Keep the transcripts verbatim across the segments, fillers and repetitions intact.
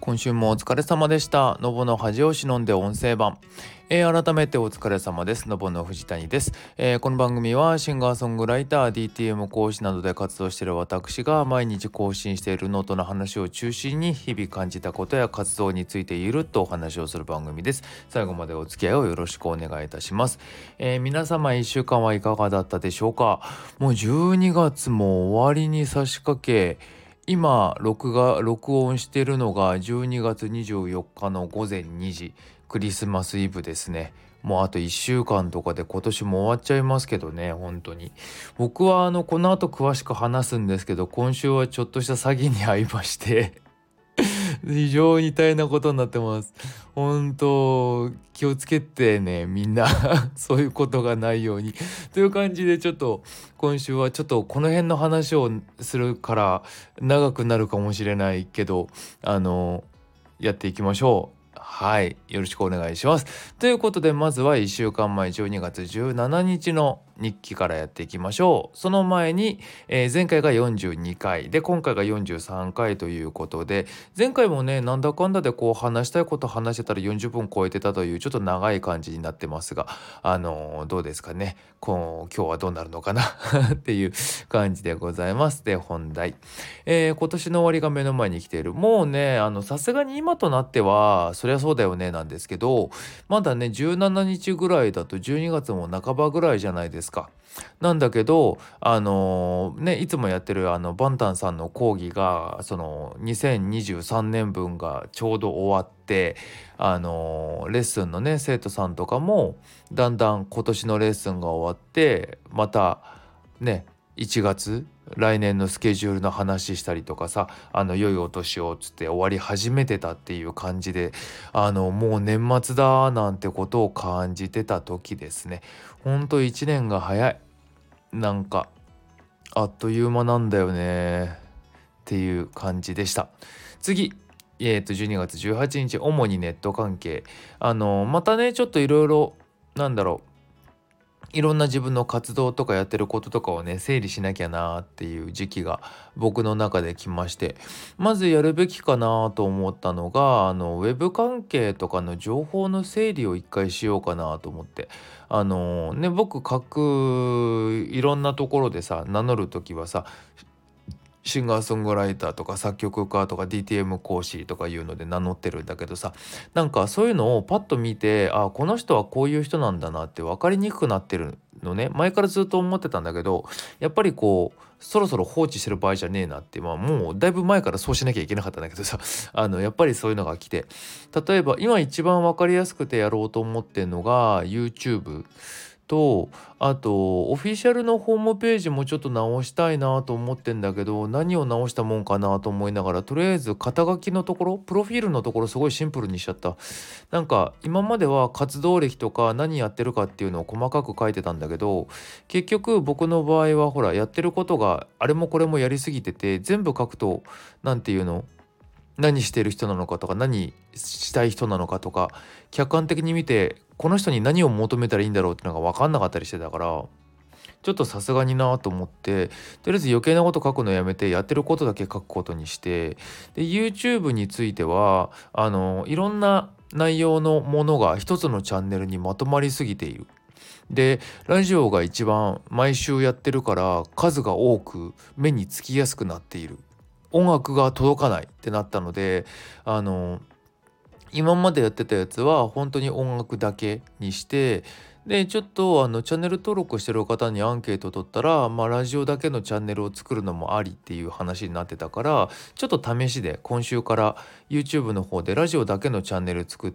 今週もお疲れ様でした。のぼの恥を忍んで音声版、えー、改めてお疲れ様です。のぼの藤谷です、えー、この番組はシンガーソングライター ディーティーエム 講師などで活動している私が毎日更新しているノートの話を中心に日々感じたことや活動についてゆるっとお話をする番組です。最後までお付き合いをよろしくお願いいたします。えー、皆様いっしゅうかんはいかがだったでしょうか。もうじゅうにがつも終わりに差し掛け、今録画録音してるのがじゅうにがつにじゅうよっかのごぜんにじ、クリスマスイブですね。もうあといっしゅうかんとかで今年も終わっちゃいますけどね。本当に僕はあのこの後詳しく話すんですけど、今週はちょっとした詐欺に遭いまして非常に大変なことになってます。本当気をつけてね、みんなそういうことがないようにという感じで、ちょっと今週はちょっとこの辺の話をするから長くなるかもしれないけど、あのやっていきましょう。はい、よろしくお願いします。ということで、まずはいっしゅうかんまえじゅうにがつじゅうしちにちの日記からやっていきましょう。その前に、えー前回がよんじゅうにかいで、今回がよんじゅうさんかいということで、前回もねなんだかんだでこう話したいこと話してたらよんじゅっぷん超えてたというちょっと長い感じになってますが、あのーどうですかね。こう今日はどうなるのかなっていう感じでございます。で、本題、えー今年の終わりが目の前に来ている。もうね、あのさすがに今となってはそりゃそうだよねなんですけど、まだねじゅうしちにちぐらいだとじゅうにがつも半ばぐらいじゃないですか。なんだけど、あのーねいつもやってるあのバンタンさんの講義が、そのにせんにじゅうさんねんぶんがちょうど終わって、あのーレッスンのね生徒さんとかもだんだん今年のレッスンが終わって、またねいちがつ来年のスケジュールの話したりとかさ、あの良いお年をつって終わり始めてたっていう感じで、あのもう年末だなんてことを感じてた時ですね。ほんといちねんが早い。なんかあっという間なんだよねっていう感じでした。次、えー、とじゅうにがつじゅうはちにち、主にネット関係、あのまたねちょっといろいろなんだろういろんな自分の活動とかやってることとかをね整理しなきゃなっていう時期が僕の中で来まして、まずやるべきかなと思ったのが、あのウェブ関係とかの情報の整理を一回しようかなと思って、あのね僕各いろんなところでさ名乗る時はさ、シンガーソングライターとか作曲家とか ディーティーエム 講師とかいうので名乗ってるんだけどさ、なんかそういうのをパッと見て、あ、この人はこういう人なんだなって分かりにくくなってるのね。前からずっと思ってたんだけど、やっぱりこうそろそろ放置してる場合じゃねえなって、まあもうだいぶ前からそうしなきゃいけなかったんだけどさあのやっぱりそういうのが来て、例えば今一番分かりやすくてやろうと思ってるのが YouTubeと、あとオフィシャルのホームページもちょっと直したいなと思ってんだけど、何を直したもんかなと思いながら、とりあえず肩書きのところ、プロフィールのところすごいシンプルにしちゃった。なんか今までは活動歴とか何やってるかっていうのを細かく書いてたんだけど、結局僕の場合はほらやってることがあれもこれもやりすぎてて、全部書くとなんていうの、何してる人なのかとか何したい人なのかとか、客観的に見てこの人に何を求めたらいいんだろうってのが分かんなかったりしてたから、ちょっとさすがになと思って、とりあえず余計なこと書くのやめてやってることだけ書くことにして、で YouTube についてはあのいろんな内容のものが一つのチャンネルにまとまりすぎている。でラジオが一番毎週やってるから数が多く目につきやすくなっている。音楽が届かないってなったので、あの今までやってたやつは本当に音楽だけにして、でちょっとあのチャンネル登録してる方にアンケート取ったら、まあ、ラジオだけのチャンネルを作るのもありっていう話になってたから、ちょっと試しで今週から YouTube の方でラジオだけのチャンネル作って、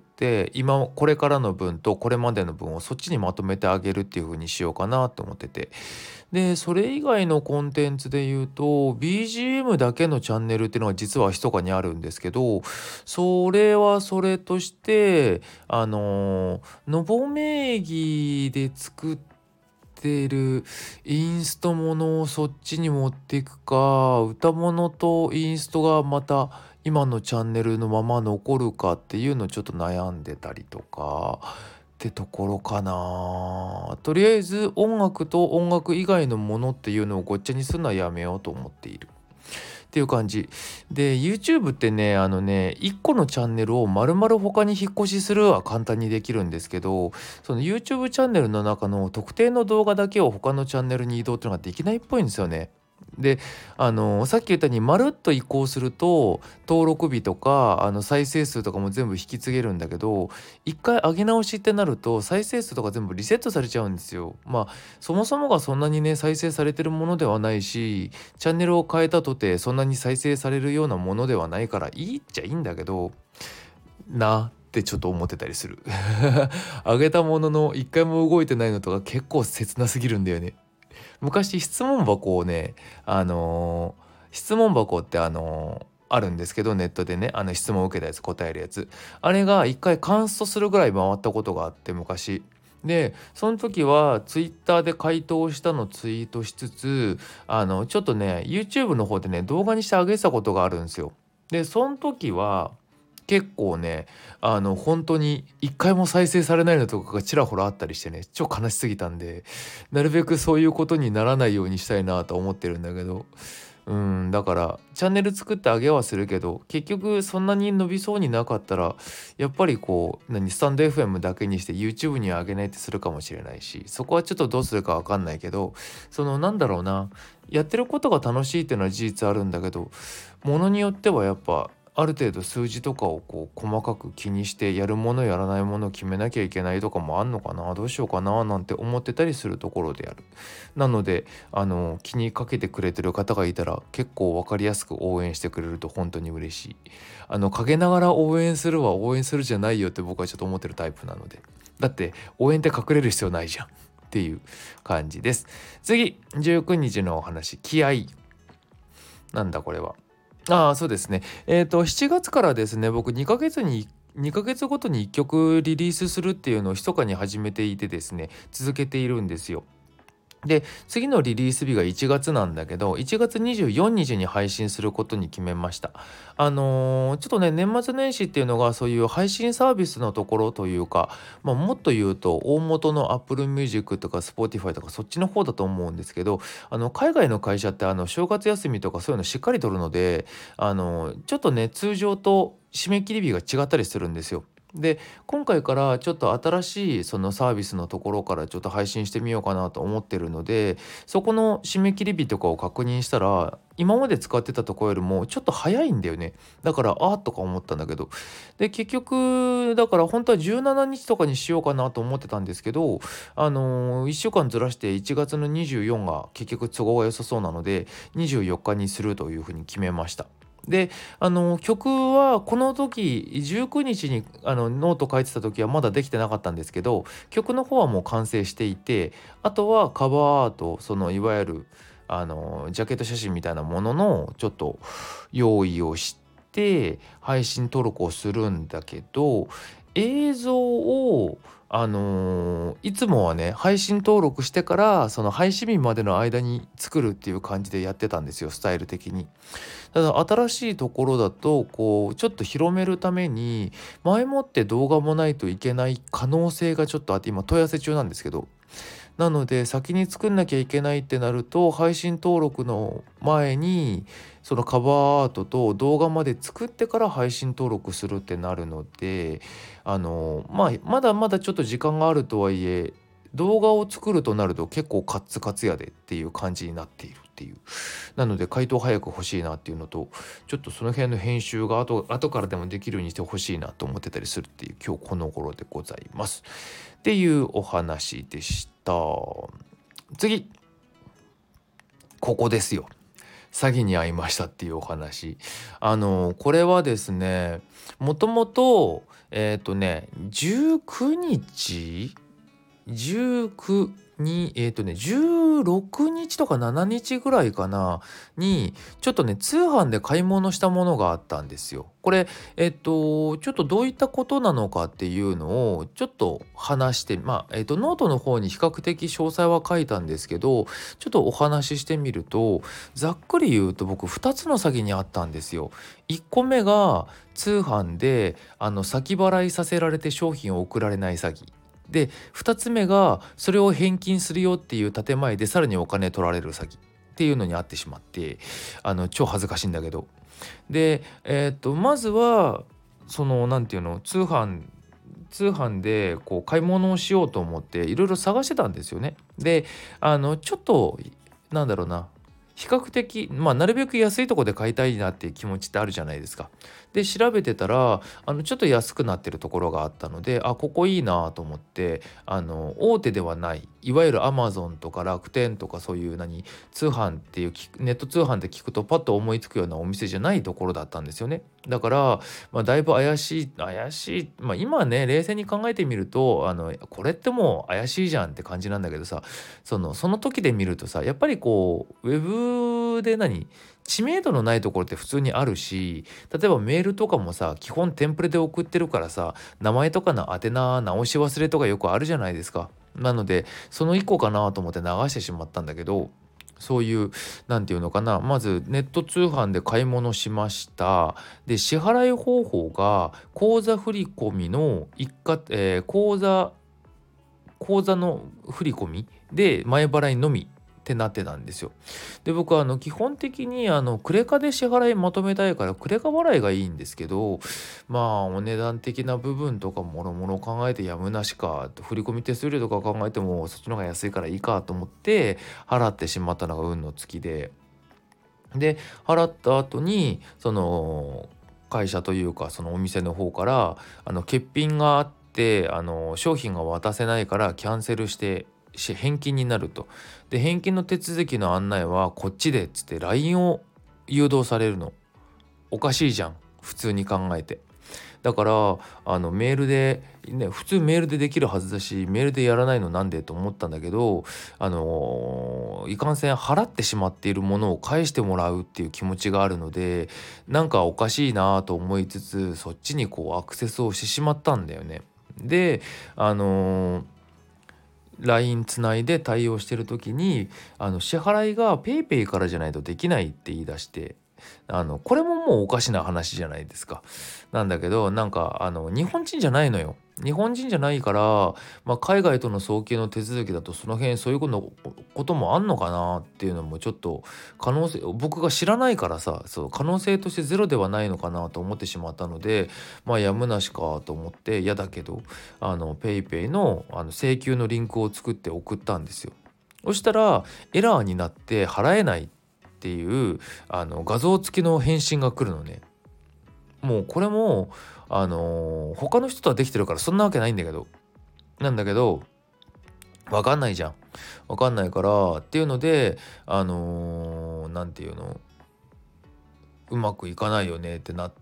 今これからの分とこれまでの分をそっちにまとめてあげるっていう風にしようかなと思ってて、でそれ以外のコンテンツで言うと ビージーエム だけのチャンネルっていうのが実は密かにあるんですけど、それはそれとしてあののぼ名義で作ってるインストものをそっちに持っていくか、歌物とインストがまた今のチャンネルのまま残るかっていうのをちょっと悩んでたりとかってところかな。とりあえず音楽と音楽以外のものっていうのをごっちゃにするのはやめようと思っている。 っていう感じで、 YouTube ってねあのねいっこのチャンネルを丸々他に引っ越しするは簡単にできるんですけど、その YouTube チャンネルの中の特定の動画だけを他のチャンネルに移動っていうのができないっぽいんですよね。であのさっき言ったようにまるっと移行すると登録日とかあの再生数とかも全部引き継げるんだけど、一回上げ直しってなると再生数とか全部リセットされちゃうんですよ。まあそもそもがそんなにね再生されてるものではないし、チャンネルを変えたとてそんなに再生されるようなものではないからいいっちゃいいんだけどなってちょっと思ってたりする。上げたものの一回も動いてないのとか結構切なすぎるんだよね。昔質問箱をねあのー質問箱ってあのーあるんですけど、ネットでねあの質問を受けたやつ答えるやつ、あれが一回カンストするぐらい回ったことがあって、昔でその時はツイッターで回答したのツイートしつつ、あのちょっとね YouTube の方でね動画にしてあげてたことがあるんですよ。でその時は結構ねあの本当に一回も再生されないのとかがちらほらあったりしてね、超悲しすぎたんで、なるべくそういうことにならないようにしたいなと思ってるんだけど、うんだからチャンネル作ってあげはするけど、結局そんなに伸びそうになかったらやっぱりこう何スタンド エフエム だけにして YouTube には上げないってするかもしれないし、そこはちょっとどうするか分かんないけど、そのなんだろうな、やってることが楽しいっていうのは事実あるんだけど、ものによってはやっぱある程度数字とかをこう細かく気にしてやるものやらないものを決めなきゃいけないとかもあんのかな、どうしようかななんて思ってたりするところである。なのであの気にかけてくれてる方がいたら結構分かりやすく応援してくれると本当に嬉しい。あの陰ながら応援するは応援するじゃないよって僕はちょっと思ってるタイプなので、だって応援って隠れる必要ないじゃんっていう感じです。次じゅうくにちのお話、気合いなんだこれは。ああ、そうですね。えっと、しちがつからですね、僕にかげつに、にかげつごとにいっきょくリリースするっていうのを密かに始めていてですね、続けているんですよ。で、次のリリース日がいちがつなんだけど、いちがつにじゅうよっかにちに配信することに決めました。あのーちょっとね、年末年始っていうのがそういう配信サービスのところというか、まあ、もっと言うと大元の Apple Music とか Spotify とかそっちの方だと思うんですけど、あの海外の会社ってあの正月休みとかそういうのしっかり取るので、あのーちょっとね、通常と締め切り日が違ったりするんですよ。で今回からちょっと新しいそのサービスのところからちょっと配信してみようかなと思ってるので、そこの締め切り日とかを確認したら今まで使ってたところよりもちょっと早いんだよね。だからあーとか思ったんだけど、で結局だから本当はじゅうしちにちとかにしようかなと思ってたんですけど、あのー、いっしゅうかんずらしていちがつのにじゅうよっかが結局都合が良さそうなのでにじゅうよっかにするというふうに決めました。であの曲はこの時じゅうくにちにあのノート書いてた時はまだできてなかったんですけど、曲の方はもう完成していて、あとはカバーアート、そのいわゆるあのジャケット写真みたいなもののちょっと用意をして配信登録をするんだけど、映像をあのーいつもはね配信登録してからその配信日までの間に作るっていう感じでやってたんですよ、スタイル的に。ただ新しいところだとこうちょっと広めるために前もって動画もないといけない可能性がちょっとあって、今問い合わせ中なんですけど、なので先に作んなきゃいけないってなると配信登録の前にそのカバーアートと動画まで作ってから配信登録するってなるので、あのまあまだまだちょっと時間があるとはいえ動画を作るとなると結構カツカツやでっていう感じになっているっていう。なので回答早く欲しいなっていうのと、ちょっとその辺の編集が後後からでもできるようにしてほしいなと思ってたりするっていう今日この頃でございますっていうお話でした。次ここですよ。詐欺に遭いましたっていうお話。あのこれはですね、もともとえっ、とねじゅうくにちじゅうくにえっ、とねじゅうろくにちとかしちにちぐらいかなにちょっとね通販で買い物したものがあったんですよ。これえっ、とちょっとどういったことなのかっていうのをちょっと話して、まあえっ、とノートの方に比較的詳細は書いたんですけど、ちょっとお話ししてみると、ざっくり言うと僕ふたつの詐欺にあったんですよ。いっこめが通販であの先払いさせられて商品を送られない詐欺で、ふたつめがそれを返金するよっていう建前でさらにお金取られる詐欺っていうのに遭ってしまって、あの超恥ずかしいんだけど。でえっとまずはそのなんていうの、通販通販でこう買い物をしようと思っていろいろ探してたんですよね。であのちょっとなんだろうな、比較的まあなるべく安いところで買いたいなっていう気持ちってあるじゃないですか。で調べてたらあのちょっと安くなってるところがあったので、あここいいなと思って、あの大手ではないいわゆるアマゾンとか楽天とかそういう何通販っていうネット通販って聞くとパッと思いつくようなお店じゃないところだったんですよね。だから、まあ、だいぶ怪しい怪しい、まあ、今ね冷静に考えてみるとあのこれってもう怪しいじゃんって感じなんだけどさ、そのその時で見るとさ、やっぱりこうウェブで何知名度のないところって普通にあるし、例えばメールとかもさ基本テンプレで送ってるからさ、名前とかの宛名直し忘れとかよくあるじゃないですか。なのでその一個かなと思って流してしまったんだけど、そういうなんていうのかな、まずネット通販で買い物しました。で支払い方法が口座振込の一括、えー口座口座の振り込みで前払いのみってなってたんですよ。で僕はあの基本的にあのクレカで支払いまとめたいからクレカ払いがいいんですけど、まあお値段的な部分とかもろもろ考えてやむなしかと、振り込み手数料とか考えてもそっちの方が安いからいいかと思って払ってしまったのが運の尽きで、で払った後にその会社というかそのお店の方からあの欠品があってあの商品が渡せないからキャンセルしてし返金になると。で返金の手続きの案内はこっちでっつって ライン を誘導されるの。おかしいじゃん普通に考えて。だからあのメールでね、普通メールでできるはずだしメールでやらないのなんでと思ったんだけど、あのいかんせん払ってしまっているものを返してもらうっていう気持ちがあるので、なんかおかしいなと思いつつそっちにこうアクセスをしてしまったんだよね。であのー ライン つないで対応してる時にあの支払いが PayPay からじゃないとできないって言い出して、あのこれももうおかしな話じゃないですか。なんだけどなんかあの日本人じゃないのよ。日本人じゃないから、まあ、海外との送金の手続きだとその辺そういうことこともあんのかなっていうのもちょっと可能性、僕が知らないからさ、そう可能性としてゼロではないのかなと思ってしまったので、まあやむなしかと思って嫌だけどあの PayPay のあの請求のリンクを作って送ったんですよ。そしたらエラーになって払えないっていうあの画像付きの返信が来るのね。もうこれもあのー他の人とはできてるからそんなわけないんだけどなんだけどわかんないじゃん。わかんないからっていうのであのーなんていうの、うまくいかないよねってなって、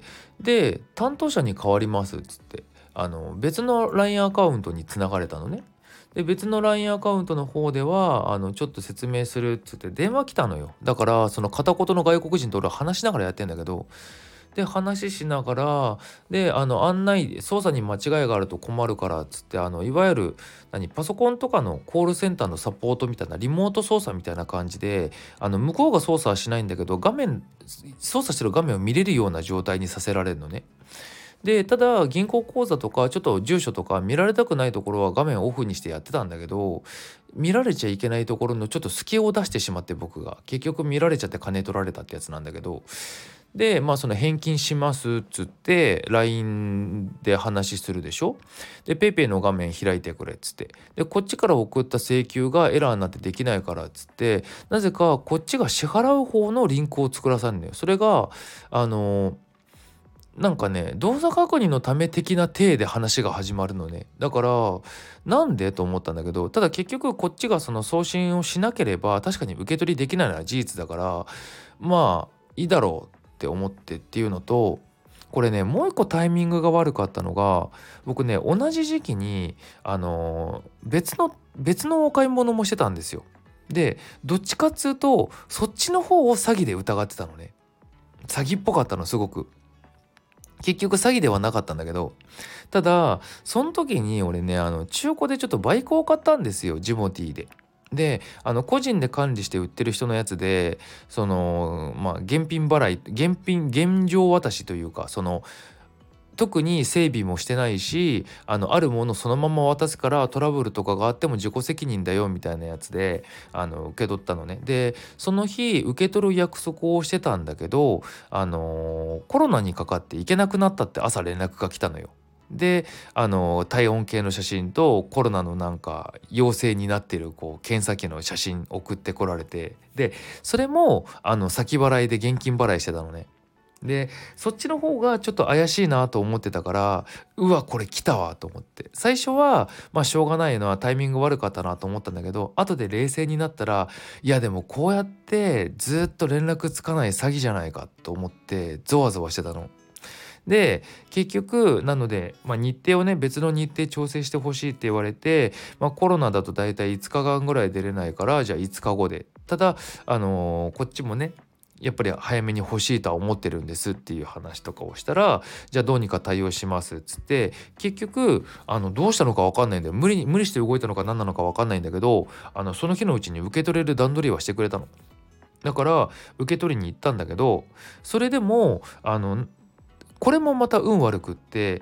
で担当者に変わりますっつってあの別の ライン アカウントにつながれたのね。で別の ライン アカウントの方ではあのちょっと説明するっつって電話来たのよ。だからその片言の外国人と俺は話しながらやってんだけど、で話しながらであの案内操作に間違いがあると困るからっつってあのいわゆる何パソコンとかのコールセンターのサポートみたいなリモート操作みたいな感じで、あの向こうが操作はしないんだけど画面操作してる画面を見れるような状態にさせられるのね。でただ銀行口座とかちょっと住所とか見られたくないところは画面をオフにしてやってたんだけど、見られちゃいけないところのちょっと隙を出してしまって僕が結局見られちゃって金取られたってやつなんだけど、でまあその返金しますっつって ライン で話するでしょ。で PayPay の画面開いてくれっつって、でこっちから送った請求がエラーになってできないからっつって、なぜかこっちが支払う方のリンクを作らされるんだよ。それがあのーなんかね動作確認のため的な体で話が始まるのね。だからなんでと思ったんだけど、ただ結局こっちがその送信をしなければ確かに受け取りできないのは事実だから、まあいいだろうって思ってっていうのと、これねもう一個タイミングが悪かったのが、僕ね同じ時期にあのー別の別のお買い物もしてたんですよ。でどっちかっつうとそっちの方を詐欺で疑ってたのね。詐欺っぽかったのすごく。結局詐欺ではなかったんだけど、ただその時に俺ねあの中古でちょっとバイクを買ったんですよ、ジモティーで。であの個人で管理して売ってる人のやつで、そのまあ現品払い現品現状渡しというか、その特に整備もしてないし、あのあるものそのまま渡すからトラブルとかがあっても自己責任だよみたいなやつであの受け取ったのね。でその日受け取る約束をしてたんだけど、あのコロナにかかって行けなくなったって朝連絡が来たのよ。であの体温計の写真とコロナのなんか陽性になってるこう検査機の写真送ってこられて、でそれもあの先払いで現金払いしてたのね。でそっちの方がちょっと怪しいなと思ってたから、うわこれ来たわと思って、最初はまあしょうがないのはタイミング悪かったなと思ったんだけど、後で冷静になったら、いやでもこうやってずっと連絡つかない詐欺じゃないかと思ってゾワゾワしてたの。で結局なので、まあ、日程をね別の日程調整してほしいって言われて、まあ、コロナだとだいたいいつかかんぐらい出れないから、じゃあいつかごで、ただあのーこっちもねやっぱり早めに欲しいとは思ってるんですっていう話とかをしたら、じゃあどうにか対応しますっつって、結局あのどうしたのか分かんないんだよ。無理に無理して動いたのか何なのか分かんないんだけど、あのその日のうちに受け取れる段取りはしてくれたの。だから受け取りに行ったんだけど、それでもあのこれもまた運悪くって、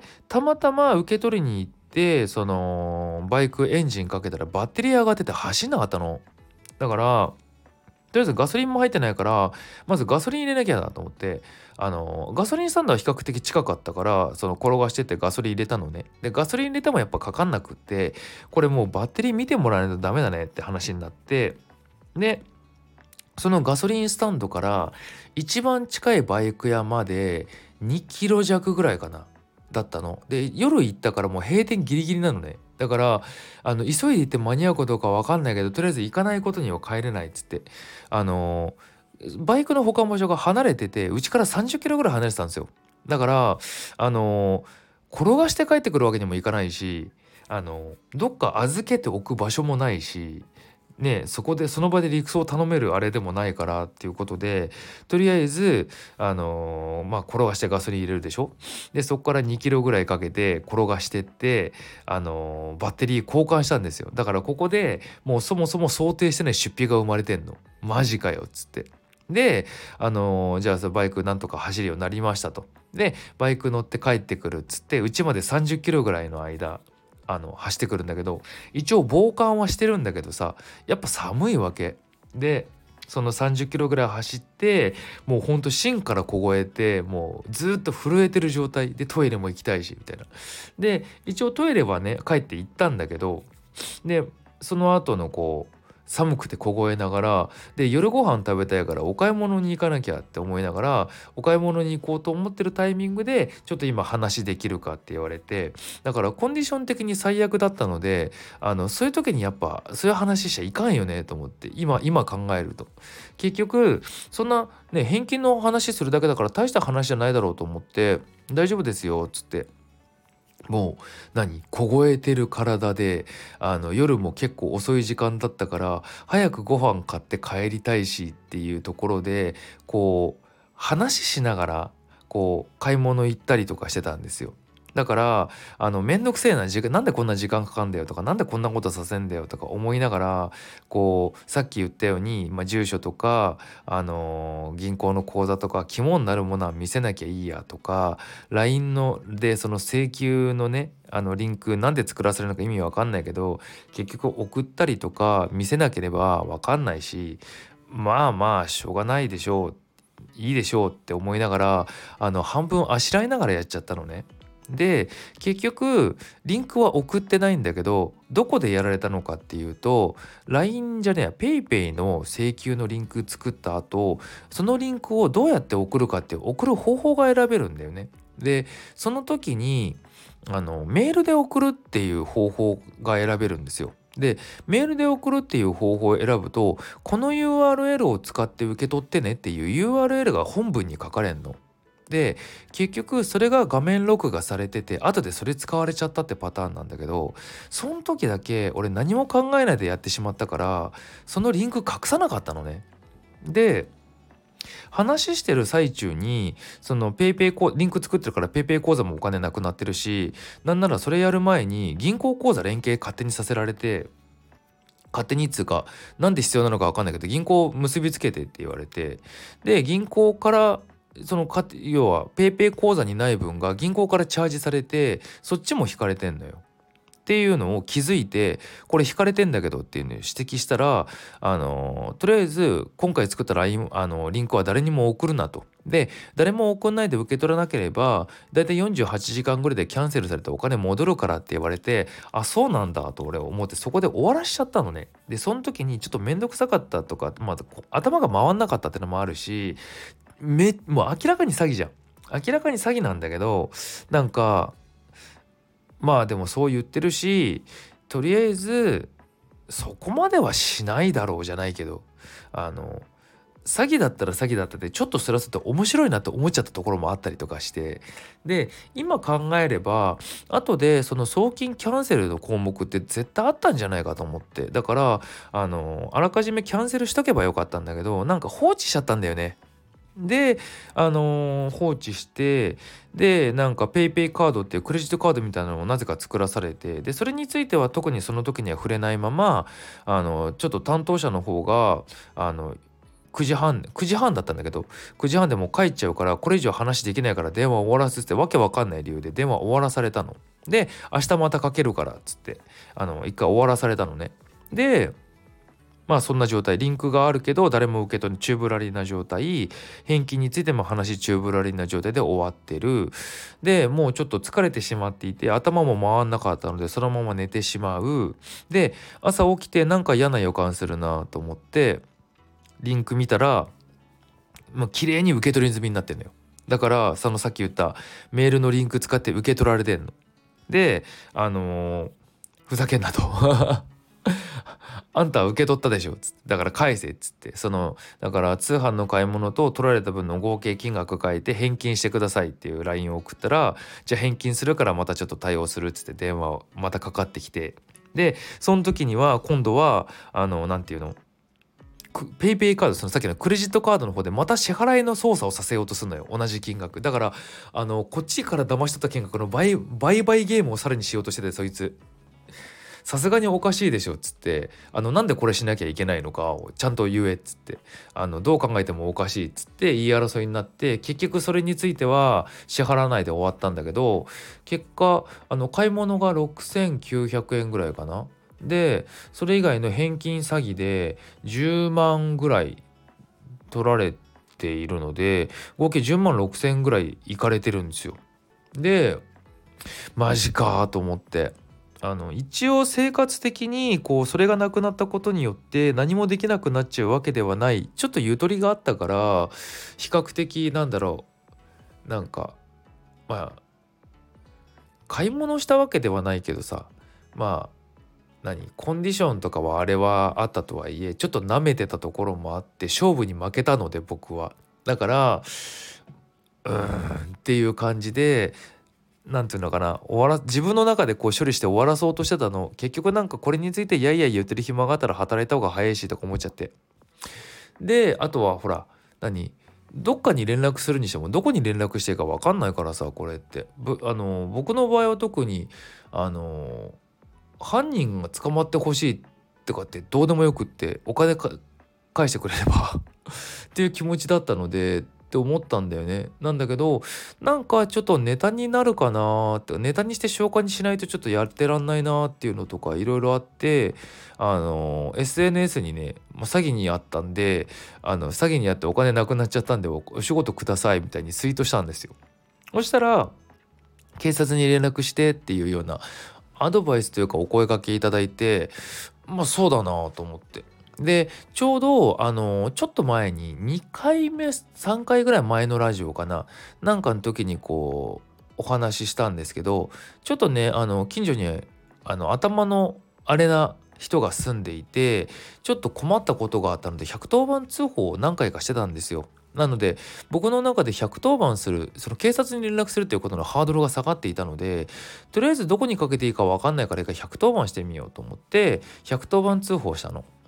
たまたま受け取りに行ってそのバイクエンジンかけたらバッテリー上がってて走んなかったの。だからとりあえずガソリンも入ってないから、まずガソリン入れなきゃなと思って、あのガソリンスタンドは比較的近かったから、その転がしてってガソリン入れたのね。でガソリン入れてもやっぱかかんなくって、これもうバッテリー見てもらわないとダメだねって話になって、でそのガソリンスタンドから一番近いバイク屋までにキロ弱ぐらいかなだったの。で夜行ったからもう閉店ギリギリなのね。だからあの急いで行って間に合うかどうかわかんないけど、とりあえず行かないことには帰れないっつって、あのバイクの保管場所が離れてて、うちからさんじゅっキロぐらい離れてたんですよ。だからあの転がして帰ってくるわけにもいかないし、あのどっか預けておく場所もないしね、そこでその場で陸送を頼めるあれでもないからっていうことで、とりあえずあのーまあ転がしてガソリン入れるでしょ。でそこからにキロぐらいかけて転がしてって、あのーバッテリー交換したんですよ。だからここでもうそもそも想定してない出費が生まれてんの。マジかよっつって。であのーじゃあバイクなんとか走るようになりましたと。でバイク乗って帰ってくるっつって、うちまでさんじゅっキロぐらいの間あの走ってくるんだけど、一応防寒はしてるんだけどさ、やっぱ寒いわけで、そのさんじゅっキロぐらい走って、もうほんと芯から凍えて、もうずっと震えてる状態で、トイレも行きたいしみたいな。で一応トイレはね帰って行ったんだけど、でその後のこう寒くて凍えながら、で夜ご飯食べたいからお買い物に行かなきゃって思いながら、お買い物に行こうと思ってるタイミングでちょっと今話できるかって言われて、だからコンディション的に最悪だったので、あのそういう時にやっぱそういう話しちゃいかんよねと思って、今今考えると結局そんなね返金の話するだけだから大した話じゃないだろうと思って、大丈夫ですよっつって、もう何凍えてる体で、あの夜も結構遅い時間だったから早くご飯買って帰りたいしっていうところで、こう話しながらこう買い物行ったりとかしてたんですよ。だからあのめんどくせえな、時間なんでこんな時間かかんだよとか、なんでこんなことさせんだよとか思いながら、こうさっき言ったように、まあ、住所とか、あのー銀行の口座とか肝になるものは見せなきゃいいやとか、 ライン のでその請求のねあのリンクなんで作らせるのか意味わかんないけど、結局送ったりとか見せなければわかんないし、まあまあしょうがないでしょう、いいでしょうって思いながら、あの半分あしらいながらやっちゃったのね。で結局リンクは送ってないんだけど、どこでやられたのかっていうと、 ライン じゃねえや PayPay の請求のリンク作った後、そのリンクをどうやって送るかっていう送る方法が選べるんだよね。でその時にあのメールで送るっていう方法が選べるんですよ。でメールで送るっていう方法を選ぶと、この ユーアールエル を使って受け取ってねっていう ユーアールエル が本文に書かれんの。で結局それが画面録画されてて、後でそれ使われちゃったってパターンなんだけど、その時だけ俺何も考えないでやってしまったから、そのリンク隠さなかったのね。で話してる最中にそのペイペイコリンク作ってるから、ペイペイ口座もお金なくなってるし、なんならそれやる前に銀行口座連携勝手にさせられて、勝手にっつうかなんで必要なのか分かんないけど銀行を結びつけてって言われて、で銀行からそのか要はペイペイ口座にない分が銀行からチャージされてそっちも引かれてんのよっていうのを気づいて、これ引かれてんだけどっていうのを指摘したら、あのとりあえず今回作った ライン あのリンクは誰にも送るなと。で誰も送んないで受け取らなければだいたいよんじゅうはちじかんぐらいでキャンセルされてお金戻るからって言われて、あそうなんだと俺思ってそこで終わらしちゃったのね。でその時にちょっと面倒くさかったとか、まあ、頭が回んなかったってのもあるし、めもう明らかに詐欺じゃん。明らかに詐欺なんだけど、なんかまあでもそう言ってるし、とりあえずそこまではしないだろうじゃないけど、あの詐欺だったら詐欺だったでちょっとすらすと面白いなと思っちゃったところもあったりとかして、で今考えれば後でその送金キャンセルの項目って絶対あったんじゃないかと思って、だからあのあらかじめキャンセルしとけばよかったんだけど、なんか放置しちゃったんだよね。で、あのー放置して、でなんかペイペイカードっていうクレジットカードみたいなのをなぜか作らされて、でそれについては特にその時には触れないまま、あのちょっと担当者の方があのくじはんくじはんだったんだけど、くじはんでもう帰っちゃうからこれ以上話できないから電話終わらせて、わけわかんない理由で電話終わらされたので、明日またかけるからっつってあの一回終わらされたのね。でまあそんな状態、リンクがあるけど誰も受け取り、チューブラリーな状態、返金についても話チューブラリーな状態で終わってる。でもうちょっと疲れてしまっていて頭も回んなかったのでそのまま寝てしまう。で朝起きてなんか嫌な予感するなと思ってリンク見たらもう綺麗に受け取り済みになってんのよ。だからそのさっき言ったメールのリンク使って受け取られてんので、あのーふざけんなとあんたは受け取ったでしょっつって、だから返せっつって、そのだから通販の買い物と取られた分の合計金額書いて返金してくださいっていう ライン を送ったら、じゃあ返金するからまたちょっと対応するっつって電話をまたかかってきて、でその時には今度はあのなんていうのペイペイカード、そのさっきのクレジットカードの方でまた支払いの操作をさせようとするのよ、同じ金額だから。あのこっちから騙し取った金額の倍倍々ゲームをさらにしようとしてて、そいつさすがにおかしいでしょっつって、あのなんでこれしなきゃいけないのかをちゃんと言えっつって、あのどう考えてもおかしいっつって言い争いになって、結局それについては支払わないで終わったんだけど、結果あの買い物がろくせんきゅうひゃくえんぐらいかな。でそれ以外の返金詐欺でじゅうまんぐらい取られているので、合計じゅうまんろくせんえんぐらいいかれてるんですよ。でマジかと思って、あの一応生活的にこうそれがなくなったことによって何もできなくなっちゃうわけではない、ちょっとゆとりがあったから比較的なんだろう、なんかまあ買い物したわけではないけどさ、まあ何コンディションとかはあれはあったとはいえちょっと舐めてたところもあって勝負に負けたので僕は、だからうーんっていう感じで、なんていうのかな、終わら自分の中でこう処理して終わらそうとしてたの、結局なんかこれについていやいや言ってる暇があったら働いた方が早いしとか思っちゃって、であとはほら何どっかに連絡するにしてもどこに連絡していいか分かんないからさ、これってぶあの僕の場合は特にあの犯人が捕まってほしいとかってどうでもよくって、お金か返してくれればっていう気持ちだったのでって思ったんだよね。なんだけどなんかちょっとネタになるかなって、ネタにして消化にしないとちょっとやってらんないなっていうのとかいろいろあって、あの エスエヌエス にね、まあ、詐欺にあったんで、あの詐欺にあってお金なくなっちゃったんでお仕事くださいみたいにツイートしたんですよ。そしたら警察に連絡してっていうようなアドバイスというかお声掛けいただいて、まあそうだなと思って、でちょうどあのちょっと前ににかいめさんかいぐらい前のラジオかななんかの時にこうお話ししたんですけど、ちょっとねあの近所にあの頭のあれな人が住んでいてちょっと困ったことがあったのでひゃくとおばん通報を何回かしてたんですよ。なので僕の中でひゃくとおばんする、その警察に連絡するということのハードルが下がっていたので、とりあえずどこにかけていいか分かんないからひゃくとおばんしてみようと思ってひゃくとおばん通報したの。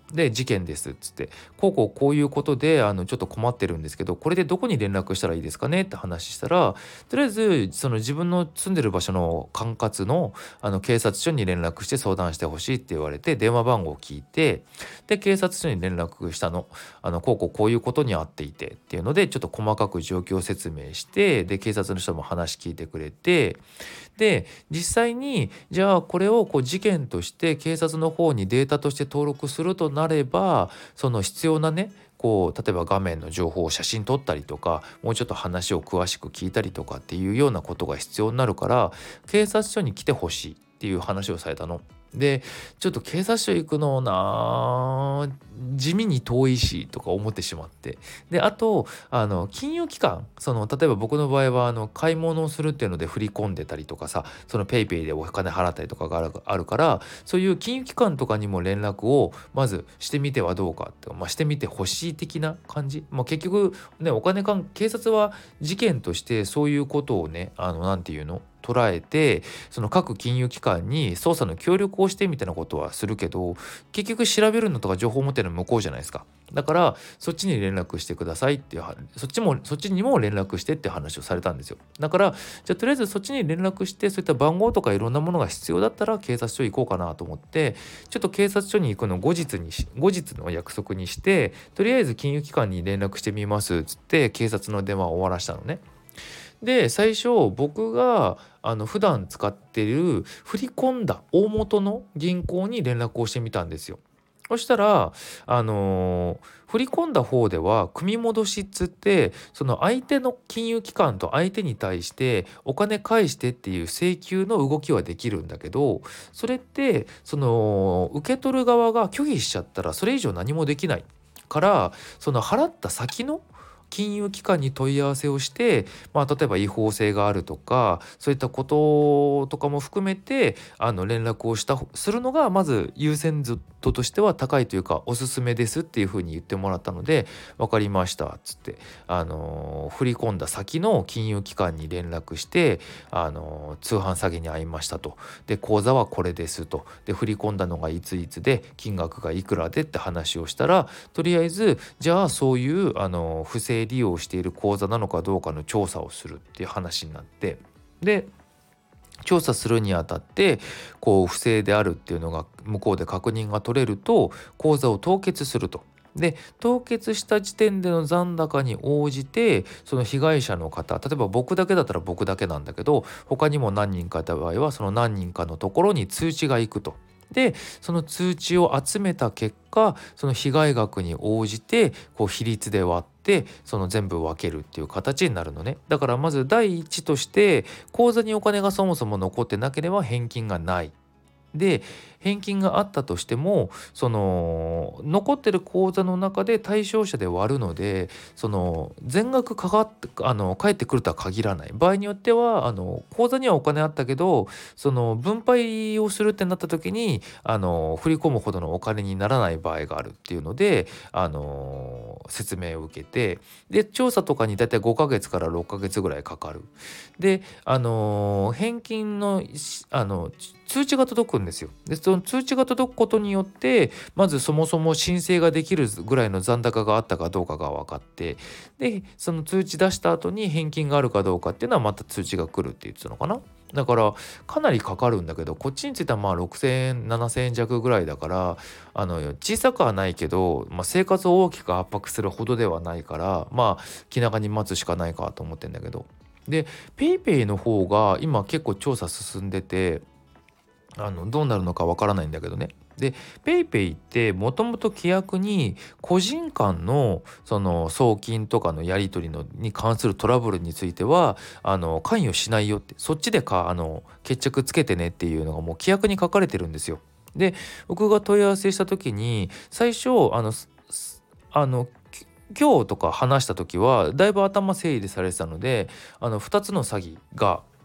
で事件ですっつって、こうこうこういうことであのちょっと困ってるんですけど、これでどこに連絡したらいいですかねって話したら、とりあえずその自分の住んでる場所の管轄のあの警察署に連絡して相談してほしいって言われて、電話番号を聞いて、で警察署に連絡したの。あのこうこうこういうことにあっていてっていうので、ちょっと細かく状況説明して、で警察の人も話聞いてくれて、で実際にじゃあこれをこう事件として警察の方にデータとして登録するとなれば、その必要なねこう例えば画面の情報を写真撮ったりとか、もうちょっと話を詳しく聞いたりとかっていうようなことが必要になるから、警察署に来てほしいっていう話をされたの。でちょっと警察署行くのな地味に遠いしとか思ってしまって、であとあの金融機関、その例えば僕の場合はあの買い物をするっていうので振り込んでたりとかさ、そのペイペイでお金払ったりとかがあるあるから、そういう金融機関とかにも連絡をまずしてみてはどうかって、まあ、してみてほしい的な感じ、まあ、結局ねお金関警察は事件としてそういうことをねあのなんていうの捉えて、その各金融機関に捜査の協力をしてみたいなことはするけど、結局調べるのとか情報を持ってるのは向こうじゃないですか。だからそっちに連絡してくださいっていう、そっちもそっちにも連絡してって話をされたんですよ。だからじゃあとりあえずそっちに連絡して、そういった番号とかいろんなものが必要だったら警察署行こうかなと思って、ちょっと警察署に行くのを後日にし後日の約束にして、とりあえず金融機関に連絡してみますっつって警察の電話を終わらしたのね。で最初僕があの普段使っている振り込んだ大元の銀行に連絡をしてみたんですよ。そしたらあのー振り込んだ方では組み戻しっつって、その相手の金融機関と相手に対してお金返してっていう請求の動きはできるんだけど、それってその受け取る側が拒否しちゃったらそれ以上何もできないから、その払った先の金融機関に問い合わせをして、まあ、例えば違法性があるとかそういったこととかも含めてあの連絡をしたするのがまず優先度としては高いというかおすすめですっていうふうに言ってもらったので、分かりましたっつって、あのー振り込んだ先の金融機関に連絡して、あのー通販詐欺に遭いましたと、で口座はこれですと、で振り込んだのがいついつで金額がいくらでって話をしたら、とりあえずじゃあそういうあの不正利用している口座なのかどうかの調査をするっていう話になって、で調査するにあたってこう不正であるっていうのが向こうで確認が取れると口座を凍結すると。で凍結した時点での残高に応じてその被害者の方、例えば僕だけだったら僕だけなんだけど、他にも何人かいた場合はその何人かのところに通知が行くと。でその通知を集めた結果、その被害額に応じてこう比率で割ってその全部分けるっていう形になるのね。だからまず第一として口座にお金がそもそも残ってなければ返金がない。で返金があったとしてもその残ってる口座の中で対象者で割るので、その全額かかってあの返ってくるとは限らない。場合によってはあの口座にはお金あったけど、その分配をするってなった時にあの振り込むほどのお金にならない場合があるっていうので、あの説明を受けて、で調査とかにだいたいごかげつからろっかげつぐらいかかる。であの返金のあの通知が届くんですよ。でその通知が届くことによってまずそもそも申請ができるぐらいの残高があったかどうかが分かって、でその通知出した後に返金があるかどうかっていうのはまた通知が来るって言ってたのかな。だからかなりかかるんだけど、こっちについてはまあろくせんえんななせんえん弱ぐらいだから、あの小さくはないけど、まあ、生活を大きく圧迫するほどではないから、まあ気長に待つしかないかと思ってんだけど、で PayPay の方が今結構調査進んでて、あのどうなるのかわからないんだけどね。で PayPay ってもともと規約に個人間のその送金とかのやり取りのに関するトラブルについてはあの関与しないよって、そっちでかあの決着つけてねっていうのがもう規約に書かれてるんですよ。で僕が問い合わせした時に最初あのあの今日とか話した時はだいぶ頭整理されてたので、あのふたつの詐欺が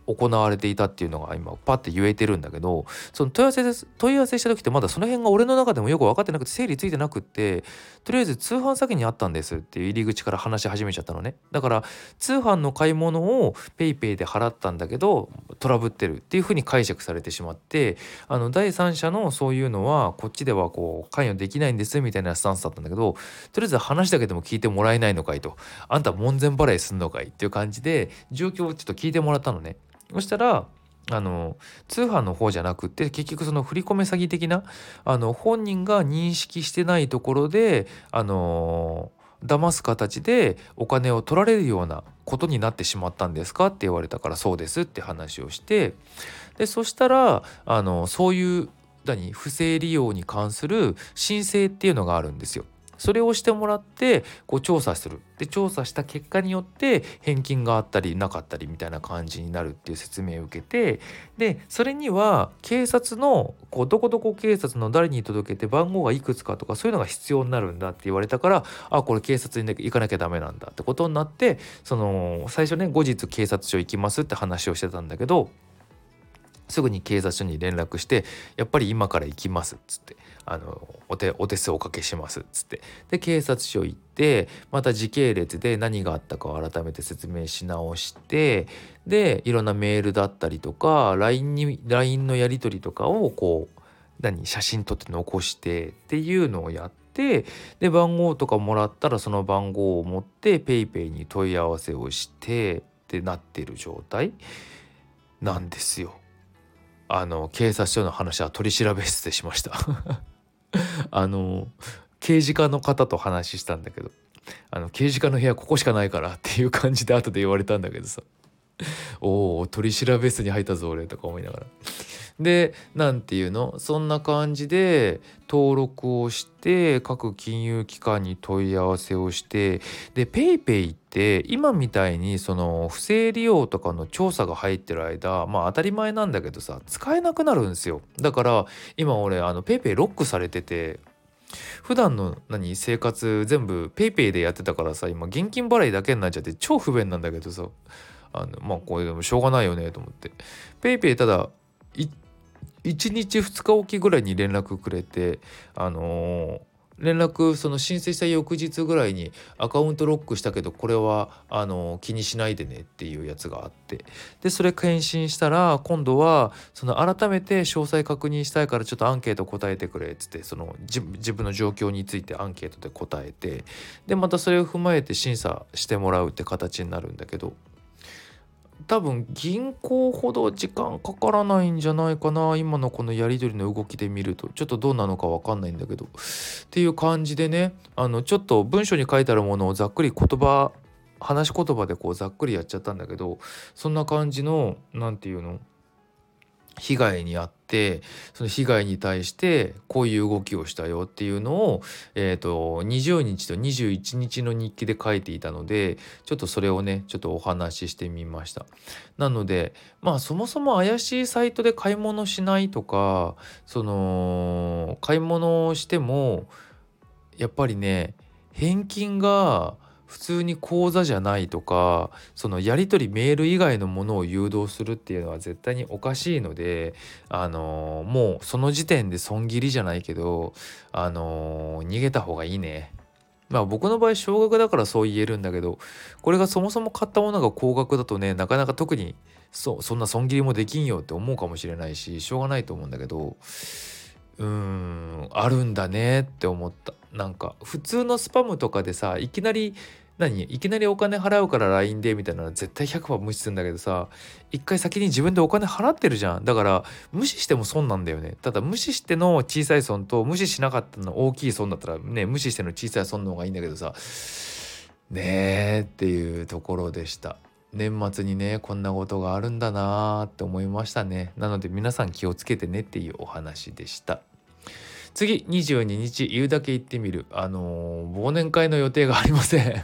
行われていたっていうのが今パッて言えてるんだけど、その問い合わせです問い合わせした時ってまだその辺が俺の中でもよく分かってなくて整理ついてなくって、とりあえず通販先にあったんですっていう入り口から話し始めちゃったのね。だから通販の買い物をペイペイで払ったんだけどトラブってるっていう風に解釈されてしまって、あの第三者のそういうのはこっちではこう関与できないんですみたいなスタンスだったんだけど、とりあえず話だけでも聞いてもらえないのかいと、あんた門前払いすんのかいっていう感じで状況をちょっと聞いてもらったのね。そしたらあの通販の方じゃなくって結局その振り込め詐欺的なあの本人が認識してないところであの騙す形でお金を取られるようなことになってしまったんですかって言われたから、そうですって話をして、でそしたらあのそういう何不正利用に関する申請っていうのがあるんですよ。それをしてもらってこう調査する。で調査した結果によって返金があったりなかったりみたいな感じになるっていう説明を受けて、でそれには警察のこうどこどこ警察の誰に届けて番号がいくつかとかそういうのが必要になるんだって言われたから、あこれ警察に行かなきゃダメなんだってことになって、その最初ね後日警察署行きますって話をしてたんだけど、すぐに警察署に連絡して、やっぱり今から行きますっつって、あのお手お手数おかけしますっつって、で警察署行ってまた時系列で何があったかを改めて説明し直して、でいろんなメールだったりとか ライン に ライン のやり取りとかをこう何写真撮って残してっていうのをやって、で番号とかもらったらその番号を持って ペイペイ に問い合わせをしてってなってる状態なんですよ。あの警察署の話は取り調べ室でしましたあの刑事課の方と話したんだけど、あの刑事課の部屋ここしかないからっていう感じで後で言われたんだけどさ、おお取り調べ室に入ったぞ俺とか思いながら、でなんていうのそんな感じで登録をして各金融機関に問い合わせをして、でペイペイって今みたいにその不正利用とかの調査が入ってる間、まあ当たり前なんだけどさ使えなくなるんですよ。だから今俺あのペイペイロックされてて、普段の何生活全部ペイペイでやってたからさ、今現金払いだけになっちゃって超不便なんだけどさ、あのまあこれでもしょうがないよねと思って、ペイペイただいちにちふつかおきぐらいに連絡くれて、あのー連絡その申請した翌日ぐらいにアカウントロックしたけどこれはあの気にしないでねっていうやつがあって、でそれ返信したら今度はその改めて詳細確認したいからちょっとアンケート答えてくれっつって、その自自分の状況についてアンケートで答えて、でまたそれを踏まえて審査してもらうって形になるんだけど、多分銀行ほど時間かからないんじゃないかな、今のこのやり取りの動きで見ると。ちょっとどうなのか分かんないんだけどっていう感じでね、あのちょっと文章に書いてあるものをざっくり言葉話し言葉でこうざっくりやっちゃったんだけど、そんな感じのなんていうの被害に遭って、その被害に対してこういう動きをしたよっていうのを、えーと、にじゅうにちとにじゅういちにちの日記で書いていたので、ちょっとそれをねちょっとお話ししてみました。なのでまあそもそも怪しいサイトで買い物しないとか、その買い物をしてもやっぱりね返金が普通に口座じゃないとか、そのやり取りメール以外のものを誘導するっていうのは絶対におかしいので、あのーもうその時点で損切りじゃないけど、あのー逃げた方がいいね。まあ僕の場合少額だからそう言えるんだけど、これがそもそも買ったものが高額だとね、なかなか特にそうそんな損切りもできんよって思うかもしれないし、しょうがないと思うんだけど、うーんあるんだねって思った。なんか普通のスパムとかでさ、いきなり何いきなりお金払うから ライン でみたいなの絶対ひゃくパーセント無視するんだけどさ、一回先に自分でお金払ってるじゃん。だから無視しても損なんだよね。ただ無視しての小さい損と無視しなかったの大きい損だったらね、無視しての小さい損の方がいいんだけどさねえっていうところでした。年末にねこんなことがあるんだなーって思いましたね。なので皆さん気をつけてねっていうお話でした。次にじゅうににち言うだけ言ってみる、あのー忘年会の予定がありません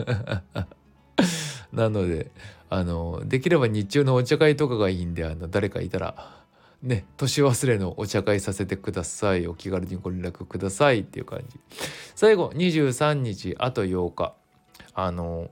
なのであのーできれば日中のお茶会とかがいいんで、あの誰かいたらね年忘れのお茶会させてください。お気軽にご連絡くださいっていう感じ。最後にじゅうさんにちあとようか、あのー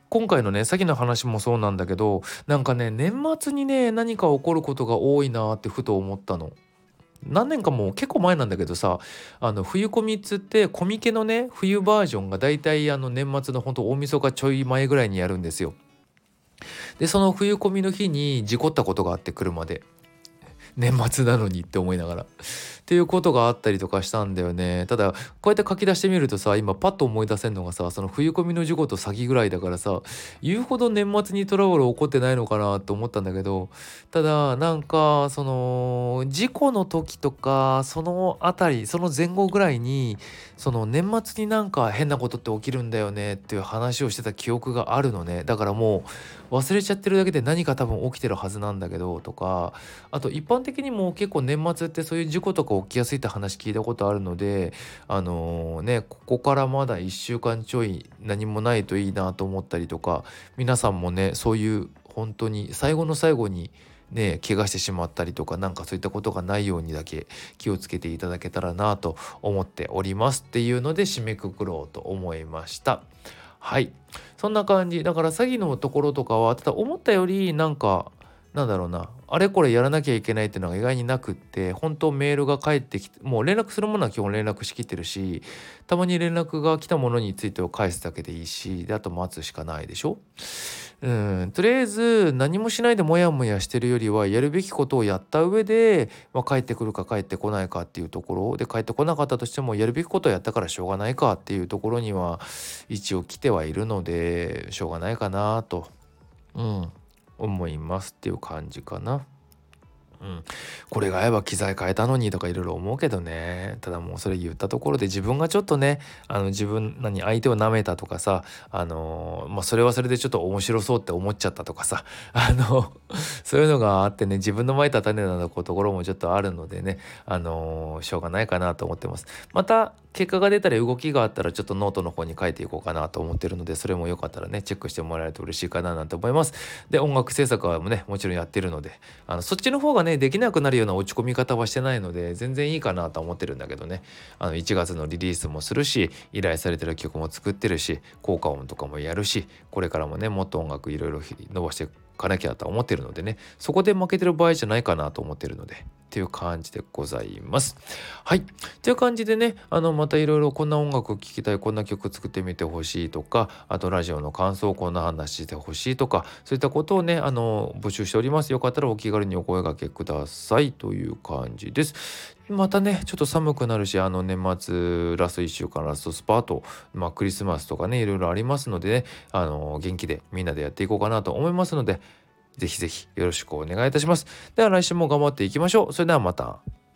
今回のね詐欺の話もそうなんだけど、なんかね年末にね何か起こることが多いなってふと思ったの。何年かもう結構前なんだけどさ、あの冬コミっつってコミケのね冬バージョンがだいたいあの年末のほんと大晦日ちょい前ぐらいにやるんですよ。でその冬コミの日に事故ったことがあって、車で。年末なのにって思いながらっていうことがあったりとかしたんだよね。ただこうやって書き出してみるとさ、今パッと思い出せるのがさ、その冬込みの事故と詐欺ぐらいだからさ、言うほど年末にトラブル起こってないのかなと思ったんだけど、ただなんかその事故の時とかそのあたりその前後ぐらいに、その年末になんか変なことって起きるんだよねっていう話をしてた記憶があるのね。だからもう忘れちゃってるだけで何か多分起きてるはずなんだけどとか、あと一般的にも結構年末ってそういう事故とか起きやすいって話聞いたことあるので、あのーねここからまだいっしゅうかんちょい何もないといいなと思ったりとか、皆さんもねそういう本当に最後の最後にね怪我してしまったりとか、なんかそういったことがないようにだけ気をつけていただけたらなと思っておりますっていうので締めくくろうと思いました。はい、そんな感じだから、詐欺のところとかはただ思ったよりなんかなんだろうな、あれこれやらなきゃいけないっていうのが意外になくって、本当メールが返ってきて、もう連絡するものは基本連絡しきってるし、たまに連絡が来たものについては返すだけでいいし、であと待つしかないでしょ。うんとりあえず何もしないでモヤモヤしてるよりは、やるべきことをやった上で、まあ、帰ってくるか帰ってこないかっていうところで、帰ってこなかったとしてもやるべきことをやったからしょうがないかっていうところには一応来てはいるので、しょうがないかなと、うん、思いますっていう感じかな。うん、これが合えば機材変えたのにとかいろいろ思うけどね。ただもうそれ言ったところで自分がちょっとね、あの自分何相手を舐めたとかさ、あのーまあそれはそれでちょっと面白そうって思っちゃったとかさ、あのそういうのがあってね、自分の蒔いた種なのところもちょっとあるのでね、あのーしょうがないかなと思ってます。また結果が出たり動きがあったらちょっとノートの方に書いていこうかなと思ってるので、それもよかったらねチェックしてもらえると嬉しいかななんて思います。で音楽制作はもねもちろんやってるので、あのそっちの方がねできなくなるような落ち込み方はしてないので全然いいかなと思ってるんだけどね。あのいちがつのリリースもするし、依頼されてる曲も作ってるし、効果音とかもやるし、これからもねもっと音楽いろいろ伸ばしてかなきゃと思ってるのでね、そこで負けてる場合じゃないかなと思ってるのでっていう感じでございます。はい、っていう感じでね、あのまたいろいろこんな音楽聴きたい、こんな曲作ってみてほしいとか、あとラジオの感想こんな話してほしいとか、そういったことをねあの募集しております。よかったらお気軽にお声掛けくださいという感じです。またねちょっと寒くなるし、あの年末ラストいっしゅうかんラストスパート、まあクリスマスとかねいろいろありますのでね、あの元気でみんなでやっていこうかなと思いますので、ぜひぜひよろしくお願いいたします。では来週も頑張っていきましょう。それではまた。